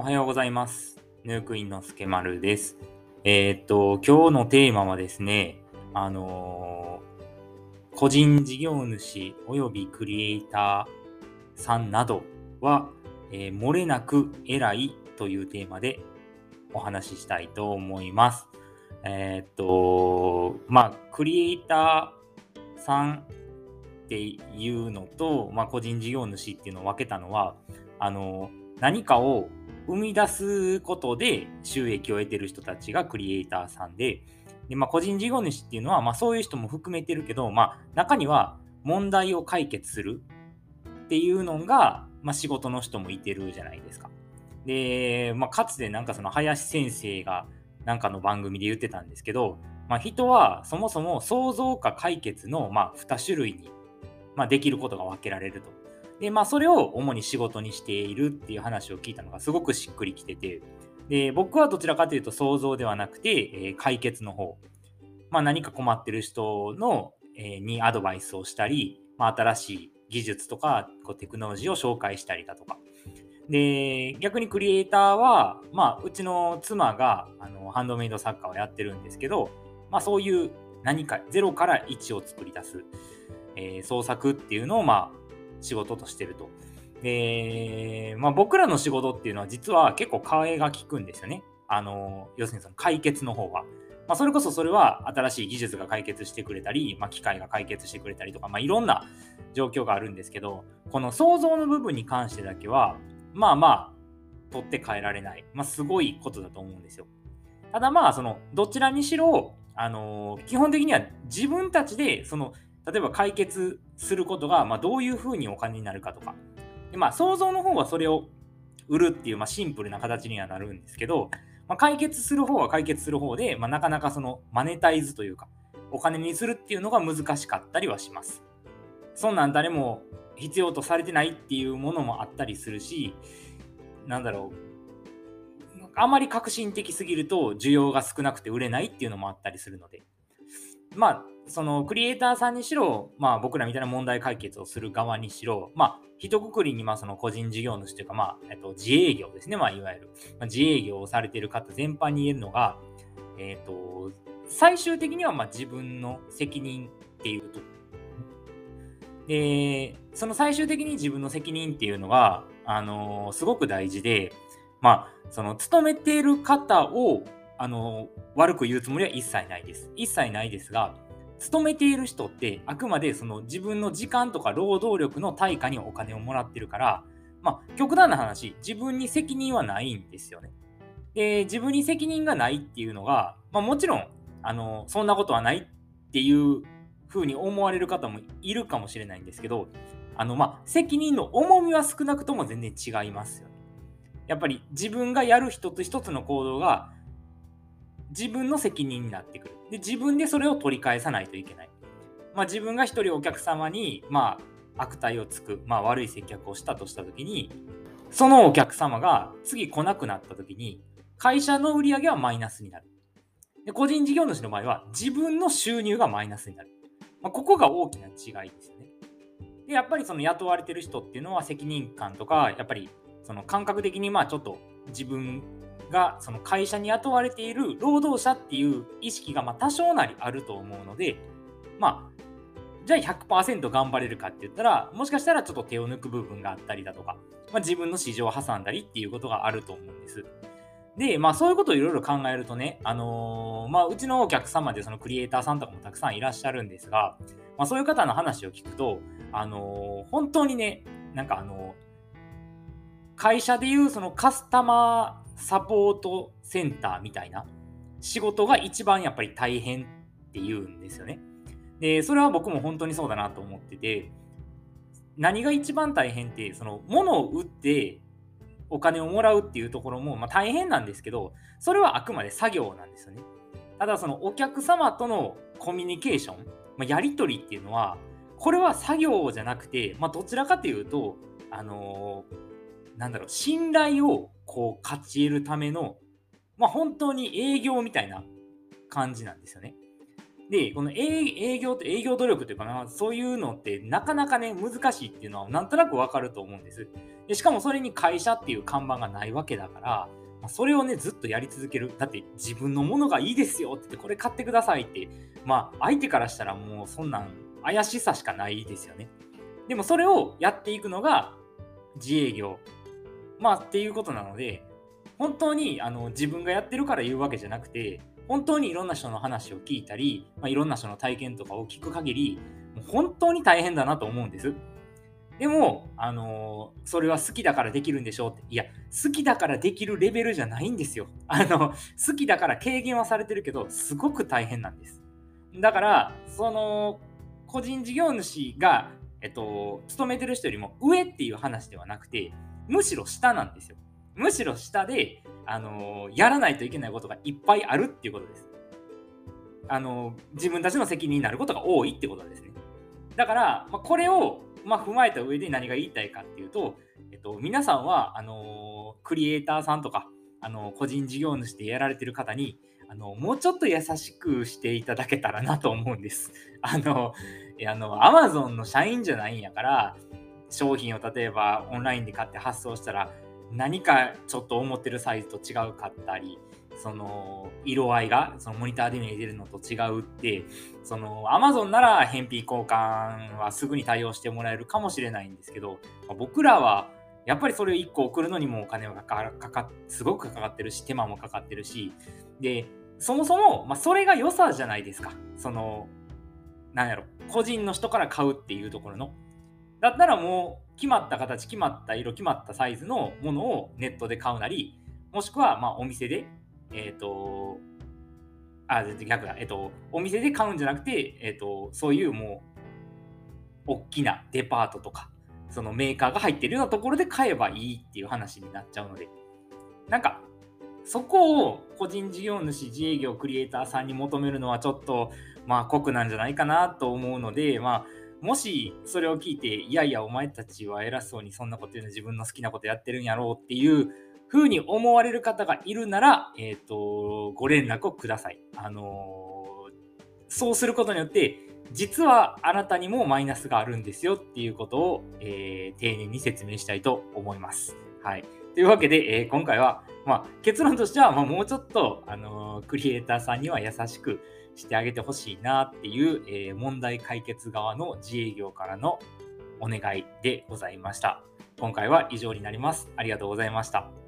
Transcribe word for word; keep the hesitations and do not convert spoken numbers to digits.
おはようございます。ヌークインのすけまるです。えーっと、今日のテーマはですね、あのー個人事業主およびクリエイターさんなどは、えー漏れなく偉いというテーマでお話ししたいと思います。えーっと、まあ、クリエイターさんっていうのと、まあ、個人事業主っていうのを分けたのは、あの、何かを生み出すことで収益を得てる人たちがクリエイターさんで、で、まあ、個人事業主っていうのは、まあ、そういう人も含めてるけど、まあ、中には問題を解決するっていうのが、まあ、仕事の人もいてるじゃないですか。で、まあ、かつてなんかその林先生がなんかの番組で言ってたんですけど、まあ、人はそもそも創造か解決のまあに種類にまあ、できることが分けられると。で、まあ、それを主に仕事にしているっていう話を聞いたのがすごくしっくりきてて、で、僕はどちらかというと想像ではなくて、えー解決の方、まあ、何か困ってる人の、えーにアドバイスをしたり、まあ、新しい技術とかこうテクノロジーを紹介したりだとか。で、逆にクリエイターは、まあ、うちの妻があのハンドメイド作家をやってるんですけど、まあ、そういう何かゼロからいちを作り出す、えー創作っていうのを、まあ、仕事としてると。で、まあ、僕らの仕事っていうのは実は結構替えが利くんですよね。あの、要するにその解決の方は。まあ、それこそそれは新しい技術が解決してくれたり、まあ、機械が解決してくれたりとか、まあ、いろんな状況があるんですけど、この創造の部分に関してだけは、まあまあ、取って変えられない。まあ、すごいことだと思うんですよ。ただまあ、その、どちらにしろ、あのー基本的には自分たちで、その、例えば解決することが、まあ、どういうふうにお金になるかとか。で、まあ、創造の方はそれを売るっていう、まあ、シンプルな形にはなるんですけど、まあ、解決する方は解決する方で、まあ、なかなかその、マネタイズというか、お金にするっていうのが難しかったりはします。そんなん誰も必要とされてないっていうものもあったりするし、なんだろう、あまり革新的すぎると需要が少なくて売れないっていうのもあったりするので、まあ、そのクリエイターさんにしろ、まあ僕らみたいな問題解決をする側にしろ、まあ、一括りにまあその個人事業主というか、まあ、えっと、自営業ですね、まあいわゆる。まあ、自営業をされている方全般に言えるのが、えっと、最終的にはまあ自分の責任っていうと、で、その最終的に自分の責任っていうのが、あのーすごく大事で、まあ、その勤めている方を、あのー悪く言うつもりは一切ないです。一切ないですが、勤めている人ってあくまでその自分の時間とか労働力の対価にお金をもらってるから、まあ、極端な話、自分に責任はないんですよね。で、自分に責任がないっていうのが、まあ、もちろん、あの、そんなことはないっていう風に思われる方もいるかもしれないんですけど、あの、まあ、責任の重みは少なくとも全然違いますよね。やっぱり自分がやる一つ一つの行動が自分の責任になってくる。で、自分でそれを取り返さないといけない。まあ、自分が一人お客様に、まあ、悪態をつく、まあ、悪い接客をしたとしたときに、そのお客様が次来なくなったときに、会社の売り上げはマイナスになる。で、個人事業主の場合は自分の収入がマイナスになる。まあ、ここが大きな違いですよね。で、やっぱりその雇われてる人っていうのは責任感とか、やっぱりその感覚的にまあちょっと自分がその会社に雇われている労働者っていう意識がまあ多少なりあると思うので、まあ、じゃあひゃくパーセント頑張れるかって言ったら、もしかしたらちょっと手を抜く部分があったりだとか、まあ、自分の市場を挟んだりっていうことがあると思うんです。で、まあそういうことをいろいろ考えるとね、あのーまあうちのお客様でそのクリエイターさんとかもたくさんいらっしゃるんですが、まあそういう方の話を聞くと、あのー本当にね、なんかあのー会社でいうそのカスタマーサポートセンターみたいな仕事が一番やっぱり大変っていうんですよね。で、それは僕も本当にそうだなと思ってて、何が一番大変って、その物を売ってお金をもらうっていうところも、まあ、大変なんですけど、それはあくまで作業なんですよね。ただそのお客様とのコミュニケーション、まあ、やり取りっていうのは、これは作業じゃなくて、まあ、どちらかというと、あのーなんだろう、信頼をこう勝ち得るための、まあ、本当に営業みたいな感じなんですよね。 で、この営営業って営業努力というかな、そういうのってなかなかね、難しいっていうのはなんとなくわかると思うんです。で、しかもそれに会社っていう看板がないわけだから、まあ、それをね、ずっとやり続ける。だって自分のものがいいですよって言って、これ買ってくださいって、まあ、相手からしたらもうそんなん怪しさしかないですよね。でもそれをやっていくのが自営業。まあ、っていうことなので、本当にあの自分がやってるから言うわけじゃなくて、本当にいろんな人の話を聞いたり、まあ、いろんな人の体験とかを聞く限り、もう本当に大変だなと思うんです。でも、あのーそれは好きだからできるんでしょうって。いや、好きだからできるレベルじゃないんですよ。あの、好きだから軽減はされてるけど、すごく大変なんです。だから、その、個人事業主が、えっと、勤めてる人よりも上っていう話ではなくて、むしろ下なんですよ。むしろ下で、あのーやらないといけないことがいっぱいあるっていうことです。あのー自分たちの責任になることが多いってことですね。だから、まあ、これを、まあ、踏まえた上で何が言いたいかっていうと、えっと、皆さんは、あのークリエイターさんとか、あのー個人事業主でやられてる方に、あのーもうちょっと優しくしていただけたらなと思うんです。あの、いやあの、Amazon の社員じゃないんやから、商品を例えばオンラインで買って発送したら、何かちょっと思ってるサイズと違うかったり、その色合いがそのモニターで見えてるのと違うって、その Amazon なら返品交換はすぐに対応してもらえるかもしれないんですけど、まあ僕らはやっぱりそれをいっこ送るのにもお金がかかかかすごくかかってるし、手間もかかってるし、で、そもそも、まあ、それが良さじゃないですか。その、なんやろ、個人の人から買うっていうところの。だったらもう決まった形、決まった色、決まったサイズのものをネットで買うなり、もしくはまあお店で、えっ、と、あ、全然逆だ。えっと、お店で買うんじゃなくて、えっと、そういうもう、大きなデパートとか、そのメーカーが入ってるようなところで買えばいいっていう話になっちゃうので、なんか、そこを個人事業主、自営業、クリエイターさんに求めるのはちょっと、まあ、酷なんじゃないかなと思うので、まあ、もしそれを聞いて、いやいや、お前たちは偉そうにそんなこと言うの自分の好きなことやってるんやろうっていう風に思われる方がいるなら、えっ、と、ご連絡をください。あのーそうすることによって、実はあなたにもマイナスがあるんですよっていうことを、えー丁寧に説明したいと思います。はい。というわけで、えー今回は、まあ、結論としては、まあ、もうちょっと、あのークリエイターさんには優しくしてあげてほしいなっていう、えー問題解決側の自営業からのお願いでございました。今回は以上になります。ありがとうございました。